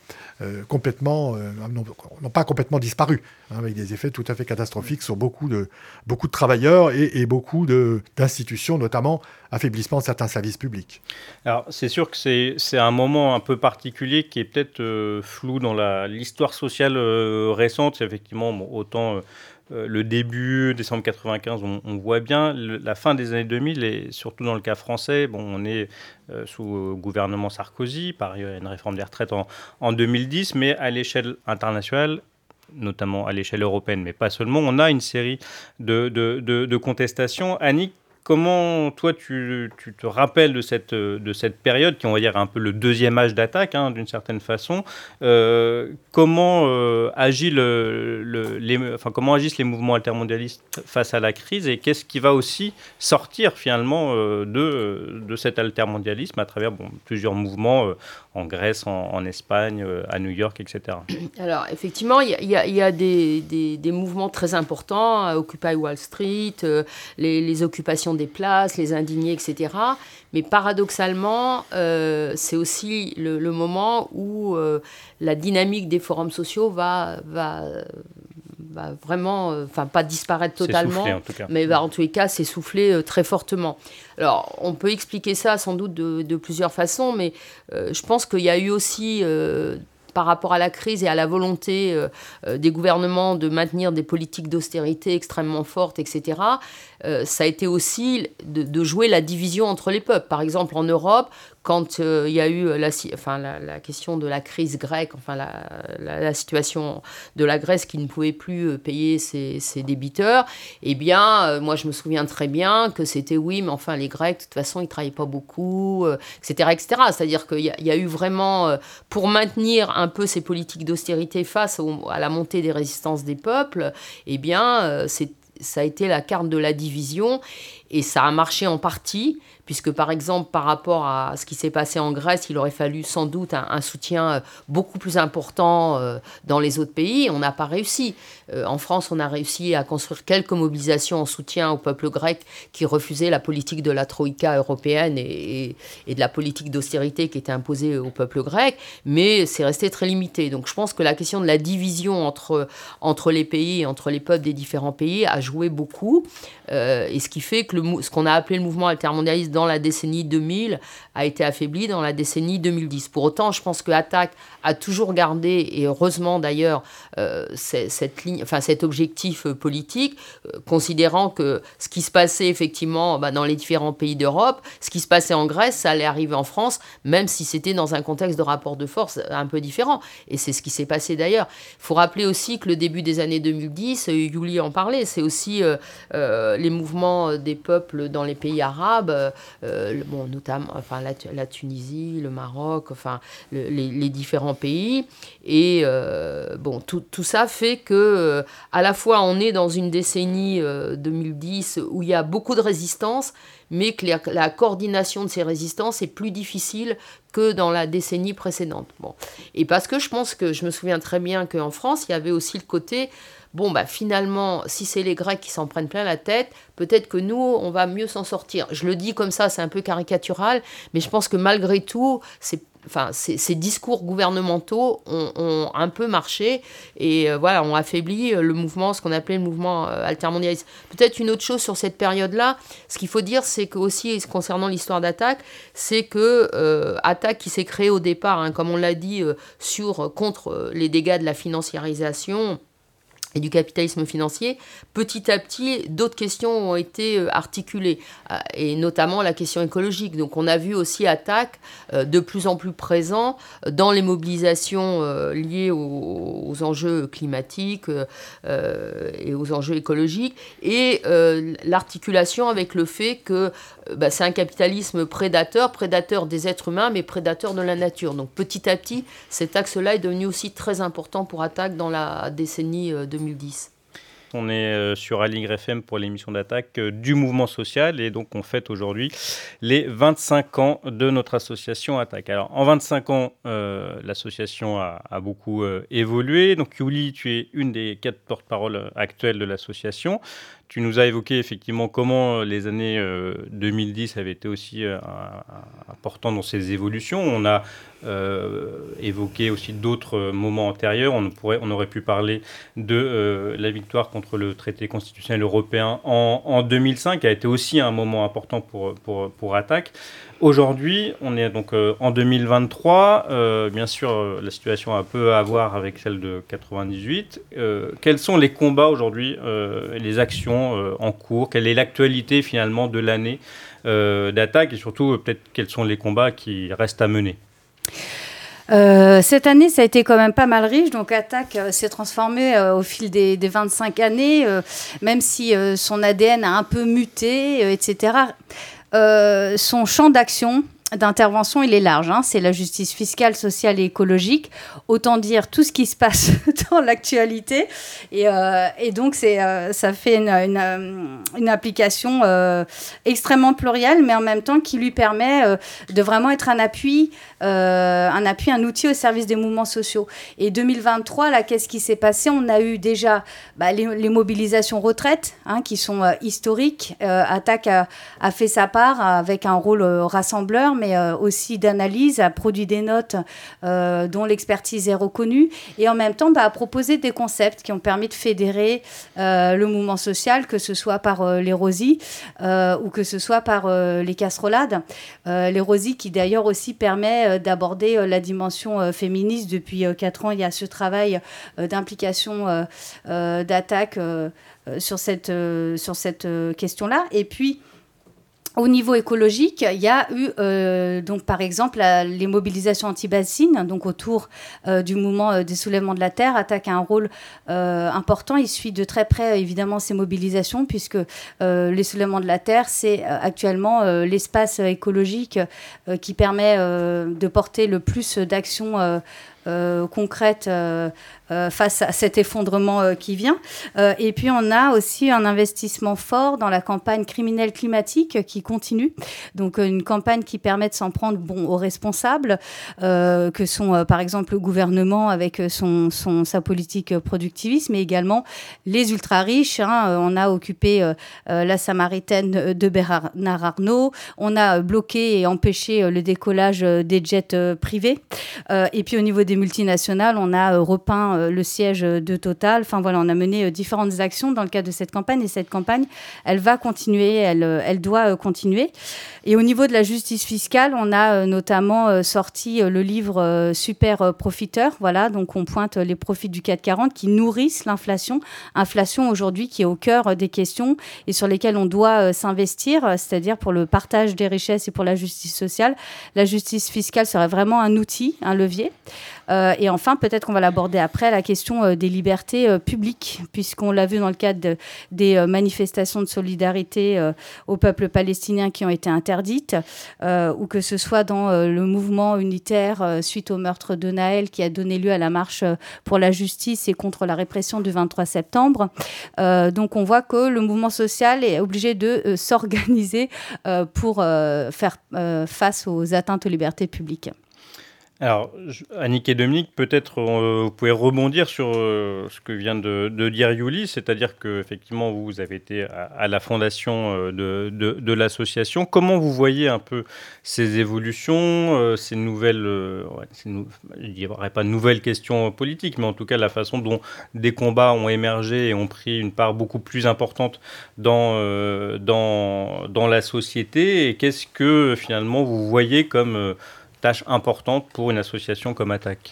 B: n'ont pas complètement disparu, avec des effets tout à fait catastrophiques sur beaucoup de travailleurs et beaucoup d'institutions, notamment affaiblissement de certains services publics.
A: Alors, c'est sûr que c'est un moment un peu particulier qui est peut-être flou dans l'histoire sociale récente. C'est effectivement autant le début, décembre 95, on voit bien la fin des années 2000, et surtout dans le cas français, on est sous gouvernement Sarkozy, par ailleurs une réforme des retraites en 2010, mais à l'échelle internationale, notamment à l'échelle européenne, mais pas seulement, on a une série de contestations. Annick, comment toi tu te rappelles de cette période qui, on va dire, un peu le deuxième âge d'Attac, d'une certaine façon. Comment comment agissent les mouvements altermondialistes face à la crise, et qu'est-ce qui va aussi sortir finalement de cet altermondialisme à travers plusieurs mouvements en Grèce, en Espagne, à New York, etc.
C: Alors, effectivement, il y a des mouvements très importants, Occupy Wall Street, les occupations des places, les indignés, etc. Mais paradoxalement, c'est aussi le moment où la dynamique des forums sociaux va vraiment, pas disparaître totalement, en tout cas, mais va en tous les cas s'essouffler très fortement. Alors, on peut expliquer ça sans doute de plusieurs façons, mais je pense qu'il y a eu aussi, par rapport à la crise et à la volonté des gouvernements de maintenir des politiques d'austérité extrêmement fortes, etc., ça a été aussi de jouer la division entre les peuples. Par exemple, en Europe, quand il y a eu la question de la crise grecque, la situation de la Grèce qui ne pouvait plus payer ses débiteurs, eh bien, moi, je me souviens très bien que c'était oui, mais enfin, les Grecs, de toute façon, ils ne travaillaient pas beaucoup, etc., etc. C'est-à-dire qu'il y a eu vraiment, pour maintenir un peu ces politiques d'austérité face à la montée des résistances des peuples, eh bien, ça a été la carte de la division, et ça a marché en partie, puisque par exemple, par rapport à ce qui s'est passé en Grèce, il aurait fallu sans doute un soutien beaucoup plus important dans les autres pays. On n'a pas réussi. En France, on a réussi à construire quelques mobilisations en soutien au peuple grec qui refusait la politique de la troïka européenne et de la politique d'austérité qui était imposée au peuple grec, mais c'est resté très limité. Donc je pense que la question de la division entre les pays et entre les peuples des différents pays a joué beaucoup, et ce qui fait que ce qu'on a appelé le mouvement altermondialiste dans la décennie 2000 a été affaibli dans la décennie 2010. Pour autant, je pense que Attac a toujours gardé, et heureusement d'ailleurs, cet objectif politique, considérant que ce qui se passait effectivement dans les différents pays d'Europe, ce qui se passait en Grèce, ça allait arriver en France, même si c'était dans un contexte de rapport de force un peu différent. Et c'est ce qui s'est passé d'ailleurs. Il faut rappeler aussi que le début des années 2010, Yuli en parlait, c'est aussi les mouvements des peuples dans les pays arabes, notamment la Tunisie, le Maroc, les différents pays. Et tout ça fait que à la fois on est dans une décennie 2010 où il y a beaucoup de résistance, mais que la coordination de ces résistances est plus difficile que dans la décennie précédente. Et parce que je me souviens très bien qu'en France, il y avait aussi le côté, finalement, si c'est les Grecs qui s'en prennent plein la tête, peut-être que nous, on va mieux s'en sortir. Je le dis comme ça, c'est un peu caricatural, mais je pense que malgré tout, ces discours gouvernementaux ont un peu marché et ont affaibli le mouvement, ce qu'on appelait le mouvement altermondialiste. Peut-être une autre chose sur cette période-là, ce qu'il faut dire, c'est que aussi, concernant l'histoire d'Attac, c'est que Attac qui s'est créé au départ, comme on l'a dit, contre les dégâts de la financiarisation et du capitalisme financier, petit à petit, d'autres questions ont été articulées, et notamment la question écologique. Donc on a vu aussi Attac de plus en plus présent dans les mobilisations liées aux enjeux climatiques et aux enjeux écologiques, et l'articulation avec le fait que c'est un capitalisme prédateur des êtres humains, mais prédateur de la nature. Donc petit à petit, cet axe-là est devenu aussi très important pour Attac dans la décennie 2010.
A: On est sur Aligre FM pour l'émission d'Attac du mouvement social, et donc on fête aujourd'hui les 25 ans de notre association Attac. Alors en 25 ans, l'association a beaucoup évolué. Donc Yuli, tu es une des 4 porte-paroles actuelles de l'association. Tu nous as évoqué effectivement comment les années 2010 avaient été aussi importantes dans ces évolutions. On a évoqué aussi d'autres moments antérieurs. On aurait pu parler de la victoire contre le traité constitutionnel européen en 2005, qui a été aussi un moment important pour Attac. Aujourd'hui, on est donc en 2023. Bien sûr, la situation a peu à voir avec celle de 98. Quels sont les combats aujourd'hui, les actions en cours? Quelle est l'actualité finalement de l'année d'Attac, et surtout peut-être quels sont les combats qui restent à mener?
O: Cette année, ça a été quand même pas mal riche. Donc, Attac s'est transformé au fil des 25 années, même si son ADN a un peu muté, etc. Son champ d'action, d'intervention, il est large. C'est la justice fiscale, sociale et écologique. Autant dire tout ce qui se passe dans l'actualité. Et donc, ça fait une application extrêmement plurielle, mais en même temps qui lui permet de vraiment être un appui, un outil au service des mouvements sociaux. Et 2023, là, qu'est-ce qui s'est passé ? On a eu déjà les mobilisations retraites, qui sont historiques. Attac a fait sa part avec un rôle rassembleur, mais aussi d'analyse, a produit des notes dont l'expertise est reconnue, et en même temps a proposé des concepts qui ont permis de fédérer le mouvement social, que ce soit par les Rosy ou que ce soit par les casserolades. Les Rosy qui d'ailleurs aussi permet d'aborder la dimension féministe. Depuis 4 ans, il y a ce travail d'implication d'Attac sur cette question-là. Et puis, au niveau écologique, il y a eu, donc, par exemple, les mobilisations anti-bassines, donc autour du mouvement des soulèvements de la Terre. Attac a un rôle important. Il suit de très près, évidemment, ces mobilisations, puisque les soulèvements de la Terre, c'est actuellement l'espace écologique qui permet de porter le plus d'actions concrètes face à cet effondrement qui vient. Et puis, on a aussi un investissement fort dans la campagne criminelle climatique qui continue. Donc, une campagne qui permet de s'en prendre aux responsables, que sont, par exemple, le gouvernement avec sa politique productiviste, mais également les ultra-riches. On a occupé la Samaritaine de Bernard Arnault. On a bloqué et empêché le décollage des jets privés. Et puis, au niveau des multinationales, on a repeint le siège de Total. Enfin voilà, on a mené différentes actions dans le cadre de cette campagne, et cette campagne, elle va continuer, elle doit continuer. Et au niveau de la justice fiscale, on a notamment sorti le livre Super Profiteur. Voilà, donc on pointe les profits du CAC 40 qui nourrissent l'inflation. Inflation aujourd'hui qui est au cœur des questions et sur lesquelles on doit s'investir, c'est-à-dire pour le partage des richesses et pour la justice sociale. La justice fiscale serait vraiment un outil, un levier. Et enfin, peut-être qu'on va l'aborder après, la question des libertés publiques, puisqu'on l'a vu dans le cadre des manifestations de solidarité au peuple palestinien qui ont été interdites, ou que ce soit dans le mouvement unitaire suite au meurtre de Naël qui a donné lieu à la marche pour la justice et contre la répression du 23 septembre. Donc on voit que le mouvement social est obligé de s'organiser pour faire face aux atteintes aux libertés publiques.
A: Alors, Annick et Dominique, peut-être vous pouvez rebondir sur ce que vient de dire Yuli, c'est-à-dire qu'effectivement, vous avez été à la fondation de l'association. Comment vous voyez un peu ces évolutions, ces nouvelles, je ne dirais pas nouvelles questions politiques, mais en tout cas la façon dont des combats ont émergé et ont pris une part beaucoup plus importante dans la société, et qu'est-ce que finalement vous voyez comme tâche importante pour une association comme Attac?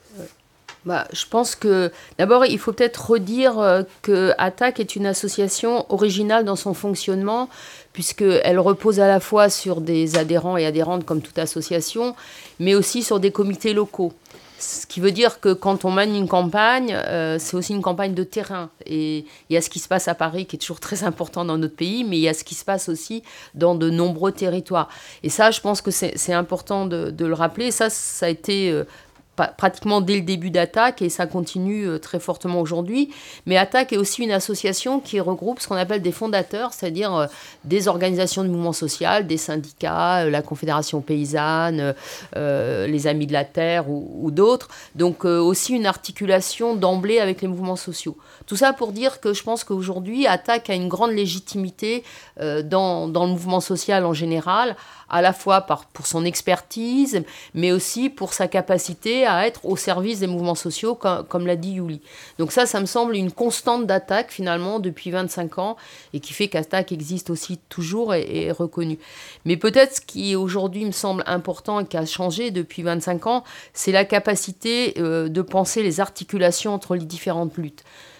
C: Je pense que d'abord il faut peut-être redire que Attac est une association originale dans son fonctionnement, puisqu'elle repose à la fois sur des adhérents et adhérentes comme toute association, mais aussi sur des comités locaux. Ce qui veut dire que quand on mène une campagne, c'est aussi une campagne de terrain. Et il y a ce qui se passe à Paris, qui est toujours très important dans notre pays, mais il y a ce qui se passe aussi dans de nombreux territoires. Et ça, je pense que c'est important de le rappeler. Ça a été pratiquement dès le début d'Attac, et ça continue très fortement aujourd'hui. Mais Attac est aussi une association qui regroupe ce qu'on appelle des fondateurs, c'est-à-dire des organisations de mouvement social, des syndicats, la Confédération paysanne, les Amis de la Terre ou d'autres. Donc aussi une articulation d'emblée avec les mouvements sociaux. Tout ça pour dire que je pense qu'aujourd'hui, Attac a une grande légitimité dans le mouvement social en général, à la fois pour son expertise, mais aussi pour sa capacité à être au service des mouvements sociaux, comme l'a dit Yuli. Donc ça me semble une constante d'Attac, finalement, depuis 25 ans, et qui fait qu'Attac existe aussi toujours et est reconnu. Mais peut-être ce qui, aujourd'hui, me semble important et qui a changé depuis 25 ans, c'est la capacité de penser les articulations entre les différentes luttes.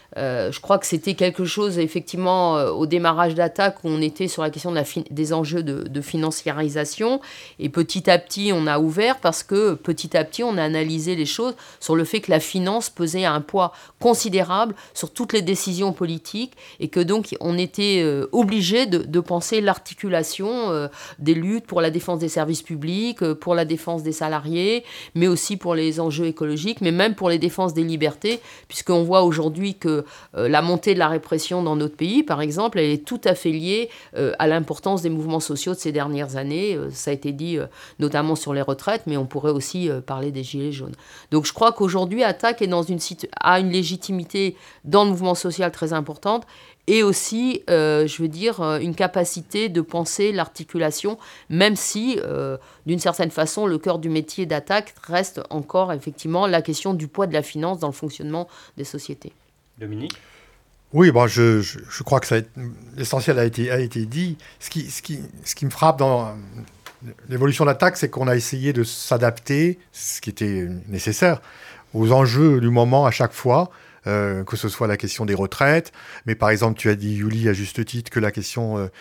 C: Je crois que c'était quelque chose, effectivement, au démarrage d'Attaque, où on était sur la question des enjeux de financiarisation. Et petit à petit, on a ouvert parce que petit à petit, on a analysé les choses sur le fait que la finance pesait un poids considérable sur toutes les décisions politiques et que donc on était obligé de penser l'articulation des luttes pour la défense des services publics, pour la défense des salariés, mais aussi pour les enjeux écologiques, mais même pour les défenses des libertés, puisqu'on voit aujourd'hui que la montée de la répression dans notre pays, par exemple, elle est tout à fait liée à l'importance des mouvements sociaux de ces dernières années. Ça a été dit notamment sur les retraites, mais on pourrait aussi parler des Gilets jaunes. Donc je crois qu'aujourd'hui, Attaque est a une légitimité dans le mouvement social très importante et aussi, une capacité de penser l'articulation, même si, d'une certaine façon, le cœur du métier d'Attaque reste encore, effectivement, la question du poids de la finance dans le fonctionnement des sociétés.
A: Dominique ?
B: Oui, je crois que l'essentiel a été dit. Ce qui me frappe dans l'évolution de l'Attaque, c'est qu'on a essayé de s'adapter, ce qui était nécessaire, aux enjeux du moment à chaque fois, que ce soit la question des retraites, mais par exemple, tu as dit, Yuli, à juste titre, que la question,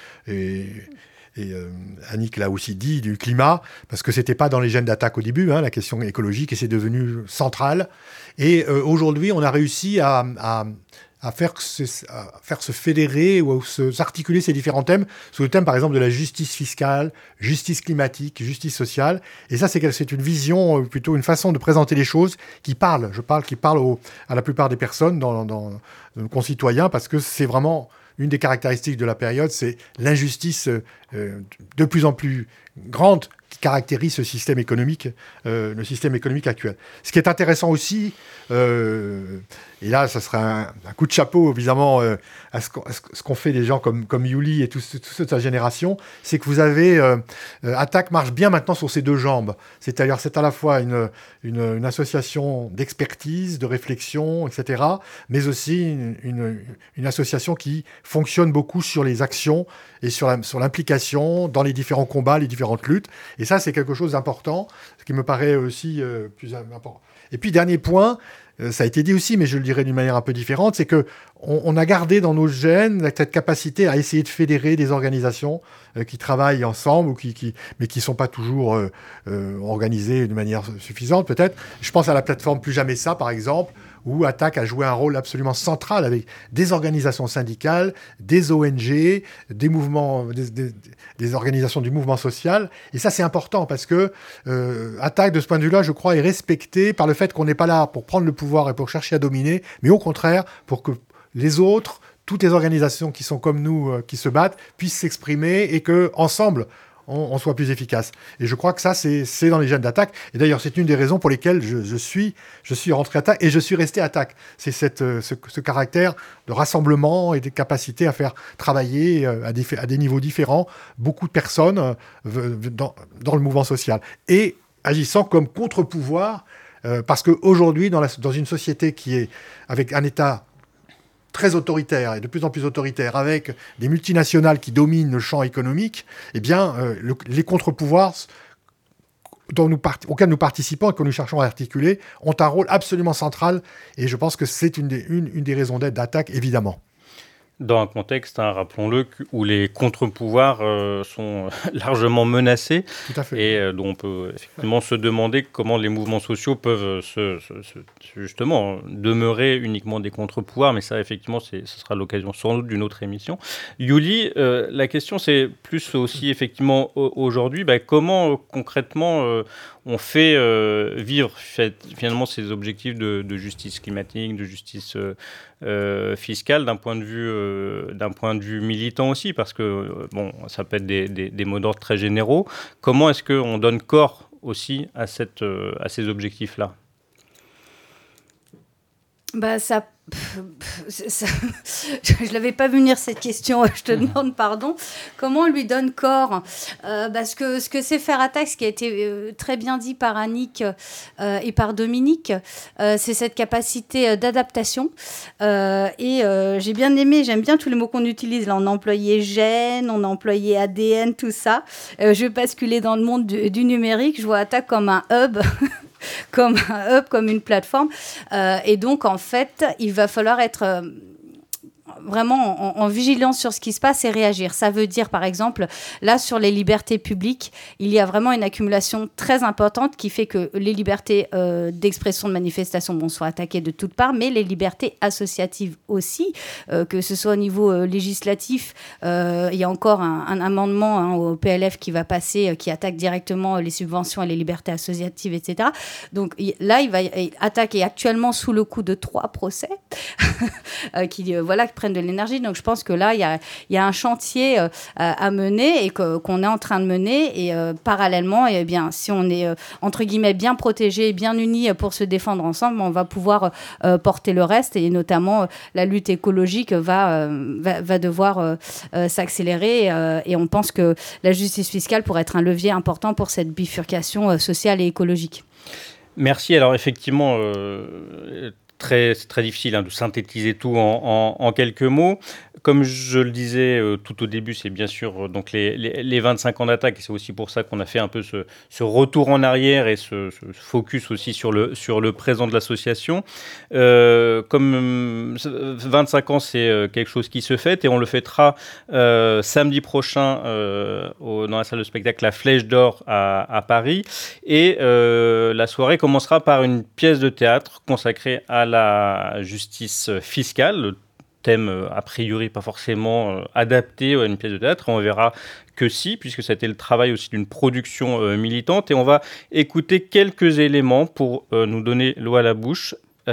B: et Annick l'a aussi dit, du climat, parce que c'était pas dans les gènes d'Attaque au début, la question écologique, et c'est devenu central. Et aujourd'hui, on a réussi à faire se fédérer ou s'articuler ces différents thèmes sous le thème, par exemple, de la justice fiscale, justice climatique, justice sociale. Et ça, c'est une vision, plutôt une façon de présenter les choses qui parle. Qui parle à la plupart des personnes, dans nos concitoyens, parce que c'est vraiment une des caractéristiques de la période, c'est l'injustice de plus en plus grande qui caractérise ce système économique, le système économique actuel. Ce qui est intéressant aussi, et là, ça serait un coup de chapeau, évidemment, à ce qu'ont fait des gens comme Yuli et tous ceux de sa génération, c'est que vous avez... Attaque marche bien maintenant sur ses deux jambes. C'est-à-dire, c'est à la fois une association d'expertise, de réflexion, etc., mais aussi une association qui fonctionne beaucoup sur les actions et sur l'implication dans les différents combats, les différentes luttes. Et ça, c'est quelque chose d'important, ce qui me paraît aussi plus important. Et puis, dernier point, ça a été dit aussi, mais je le dirais d'une manière un peu différente, c'est qu'on a gardé dans nos gènes cette capacité à essayer de fédérer des organisations qui travaillent ensemble, mais qui ne sont pas toujours organisées de manière suffisante, peut-être. Je pense à la plateforme Plus Jamais Ça, par exemple, où Attaque a joué un rôle absolument central avec des organisations syndicales, des ONG, des mouvements, des organisations du mouvement social. Et ça, c'est important parce que Attaque, de ce point de vue-là, je crois, est respectée par le fait qu'on n'est pas là pour prendre le pouvoir et pour chercher à dominer, mais au contraire, pour que les autres, toutes les organisations qui sont comme nous, qui se battent, puissent s'exprimer et qu'ensemble, on soit plus efficace. Et je crois que ça, c'est dans les gènes d'Attaque. Et d'ailleurs, c'est une des raisons pour lesquelles je suis rentré Attaque et je suis resté Attaque. C'est ce caractère de rassemblement et de capacité à faire travailler à des niveaux différents beaucoup de personnes dans le mouvement social. Et agissant comme contre-pouvoir, parce qu'aujourd'hui, dans une société qui est avec un État très autoritaire et de plus en plus autoritaire, avec des multinationales qui dominent le champ économique, eh bien, les contre-pouvoirs auxquels nous participons et que nous cherchons à articuler ont un rôle absolument central. Et je pense que c'est une des raisons d'être d'Attaque, évidemment.
A: Dans un contexte, rappelons-le, où les contre-pouvoirs sont largement menacés.
B: Tout à fait.
A: Et dont on peut effectivement se demander comment les mouvements sociaux peuvent justement demeurer uniquement des contre-pouvoirs. Mais ça, effectivement, ce sera l'occasion sans doute d'une autre émission. Yuli, la question, c'est plus aussi effectivement aujourd'hui, comment concrètement on fait vivre finalement ces objectifs de justice climatique, de justice fiscale d'un point de vue militant aussi, parce que ça peut être des mots d'ordre très généraux. Comment est-ce qu'on donne corps aussi à ces objectifs-là ?
O: Je l'avais pas vu venir cette question, je te demande pardon. Comment on lui donne corps ? Parce que ce que c'est faire Attaque, ce qui a été très bien dit par Annick et par Dominique, c'est cette capacité d'adaptation. J'ai bien aimé, j'aime bien tous les mots qu'on utilise. Là, on a employé gène, on a employé ADN, tout ça. Je vais basculer dans le monde du numérique. Je vois Attaque comme un hub. comme un hub, comme une plateforme. Et donc, en fait, il va falloir être vraiment en vigilance sur ce qui se passe et réagir. Ça veut dire, par exemple, là, sur les libertés publiques, il y a vraiment une accumulation très importante qui fait que les libertés d'expression, de manifestation sont attaquées de toutes parts, mais les libertés associatives aussi, que ce soit au niveau législatif, il y a encore un amendement au PLF qui va passer, qui attaque directement les subventions et les libertés associatives, etc. Donc là, Attac est actuellement sous le coup de 3 procès qui prennent de l'énergie. Donc je pense que là, il y a un chantier à mener et qu'on est en train de mener. Et parallèlement, eh bien, si on est entre guillemets bien protégé, bien unis pour se défendre ensemble, on va pouvoir porter le reste. Et notamment, la lutte écologique va devoir s'accélérer. Et on pense que la justice fiscale pourrait être un levier important pour cette bifurcation sociale et écologique.
A: Merci. Alors effectivement, c'est très difficile de synthétiser tout en quelques mots. Comme je le disais tout au début, c'est bien sûr donc les 25 ans d'Attac, et c'est aussi pour ça qu'on a fait un peu ce retour en arrière et ce focus aussi sur le présent de l'association. Comme 25 ans, c'est quelque chose qui se fête, et on le fêtera samedi prochain dans la salle de spectacle La Flèche d'Or à Paris. Et la soirée commencera par une pièce de théâtre consacrée à la justice fiscale, le thème a priori pas forcément adapté à une pièce de théâtre. On verra que si, puisque ça a été le travail aussi d'une production militante, et on va écouter quelques éléments pour nous donner l'eau à la bouche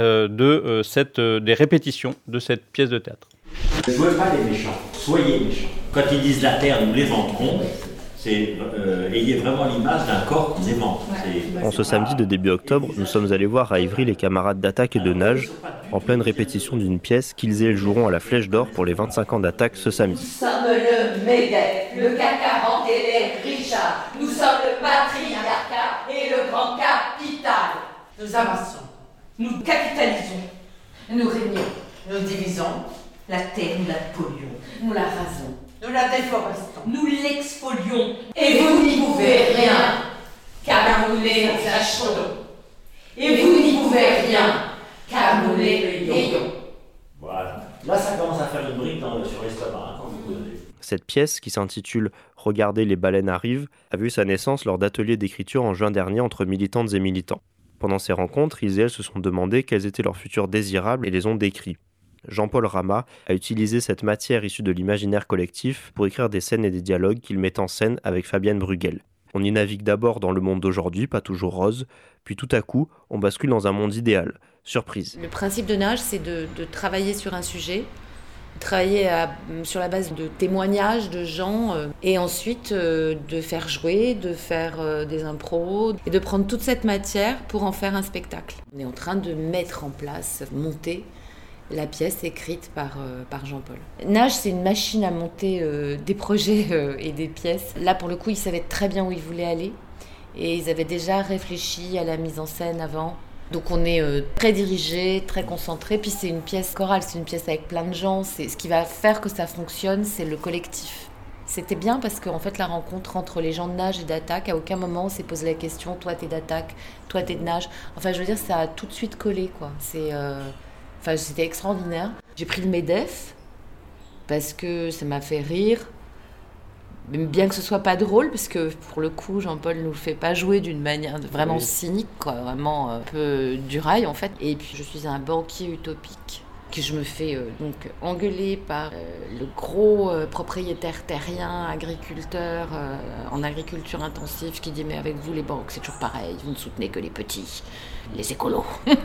A: des répétitions de cette pièce de théâtre.
P: Ne jouez pas les méchants, soyez méchants. Quand ils disent la terre, nous l'éventerons, ayez vraiment l'image d'un corps qu'ils éventrent.
G: En ce samedi de début octobre, nous sommes allés voir à Ivry les camarades d'Attac et de Nage, en pleine répétition d'une pièce qu'ils et elles joueront à la Flèche d'Or pour les 25 ans d'Attac ce samedi.
Q: Nous sommes le MEDEF, le CAC 40 et les Richards. Nous sommes le patriarcat et le grand capital. Nous avançons, nous capitalisons, nous régnons, nous divisons. La terre, nous la polluons, nous la rasons, nous la déforestons, nous l'expolions. Et vous n'y pouvez rien, car nous les achetons. Et vous n'y pouvez rien, car nous les payons.
P: Voilà. Là, ça commence à faire une brique sur l'estomac, quand vous posez.
G: Cette pièce, qui s'intitule « Regardez, les baleines arrivent », a vu sa naissance lors d'ateliers d'écriture en juin dernier entre militantes et militants. Pendant ces rencontres, ils et elles se sont demandé quels étaient leurs futurs désirables et les ont décrits. Jean-Paul Rama a utilisé cette matière issue de l'imaginaire collectif pour écrire des scènes et des dialogues qu'il met en scène avec Fabienne Bruegel. On y navigue d'abord dans le monde d'aujourd'hui, pas toujours rose, puis tout à coup, on bascule dans un monde idéal. Surprise.
R: Le principe de Nage, c'est de travailler sur un sujet, travailler sur la base de témoignages de gens, et ensuite de faire jouer, de faire des impros, et de prendre toute cette matière pour en faire un spectacle. On est en train de mettre en place, monter la pièce écrite par Jean-Paul. Nage, c'est une machine à monter des projets et des pièces. Là, pour le coup, ils savaient très bien où ils voulaient aller et ils avaient déjà réfléchi à la mise en scène avant. Donc on est très dirigé, très concentré. Puis c'est une pièce chorale, c'est une pièce avec plein de gens. C'est ce qui va faire que ça fonctionne, c'est le collectif. C'était bien parce qu'en fait, la rencontre entre les gens de Nage et d'Attac, à aucun moment on s'est posé la question, toi t'es d'Attac, toi t'es de Nage. Enfin, je veux dire, ça a tout de suite collé, quoi. C'était extraordinaire. J'ai pris le MEDEF parce que ça m'a fait rire, bien que ce soit pas drôle, parce que pour le coup, Jean-Paul nous le fait pas jouer d'une manière vraiment cynique, quoi, vraiment un peu du rail en fait. Et puis je suis un banquier utopique, que je me fais donc engueuler par le gros propriétaire terrien, agriculteur en agriculture intensive, qui dit mais avec vous les banques c'est toujours pareil, vous ne soutenez que les petits, les écolos.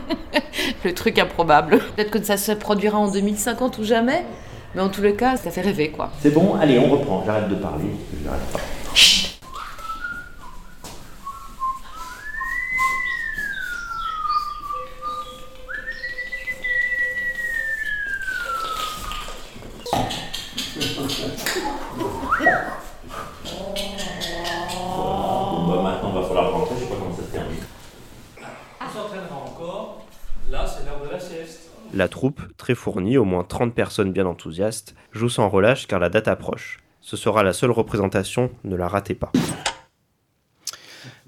R: Le truc improbable. Peut-être que ça se produira en 2050 ou jamais, mais en tous les cas ça fait rêver, quoi.
P: C'est bon, allez on reprend, j'arrête de parler. Chut. Maintenant il va falloir rentrer, je sais pas comment ça se termine.
S: On s'entraînera encore, là c'est l'heure de la sieste.
G: La troupe, très fournie, au moins 30 personnes bien enthousiastes, joue sans relâche car la date approche. Ce sera la seule représentation, ne la ratez pas.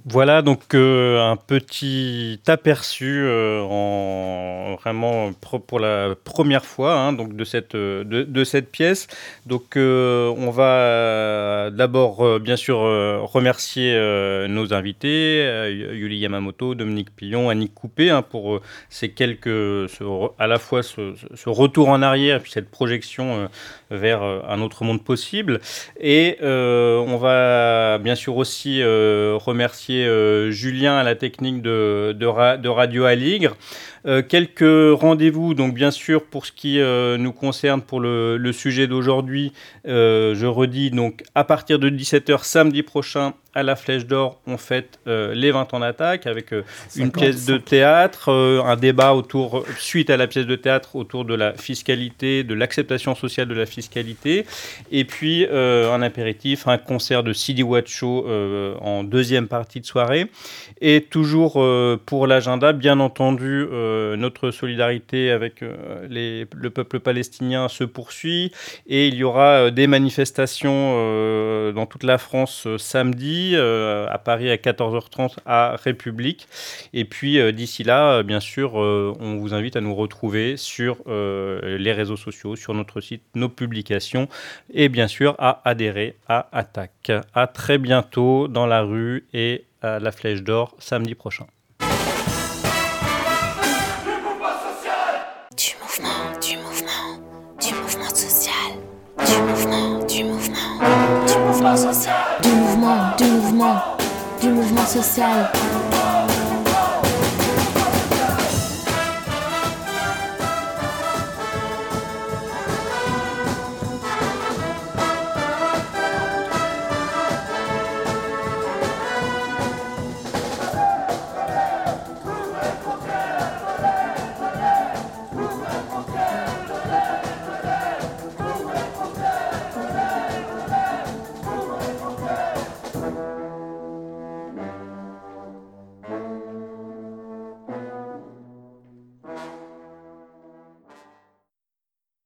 A: Voilà donc un petit aperçu vraiment pour la première fois donc de cette pièce. Donc on va d'abord bien sûr remercier nos invités, Yuli Yamamoto, Dominique Pillon, Annick Coupé pour ces à la fois ce retour en arrière et puis cette projection vers un autre monde possible. Et on va bien sûr aussi remercier Julien à la technique de Radio Aligre. Quelques rendez-vous, donc bien sûr pour ce qui nous concerne pour le sujet d'aujourd'hui, je redis donc à partir de 17h samedi prochain à la Flèche d'Or, on fête les 20 ans d'Attaque avec une pièce de théâtre, un débat suite à la pièce de théâtre autour de la fiscalité, de l'acceptation sociale de la fiscalité, et puis un apéritif, un concert de Sidi Wacho en deuxième partie de soirée. Et toujours pour l'agenda, bien entendu, notre solidarité avec le peuple palestinien se poursuit, et il y aura des manifestations dans toute la France samedi, à Paris à 14h30 à République. Et puis d'ici là, bien sûr, on vous invite à nous retrouver sur les réseaux sociaux, sur notre site, nos publications, et bien sûr à adhérer à Attaque. À très bientôt dans la rue et à la Flèche d'Or samedi prochain.
N: Du mouvement social.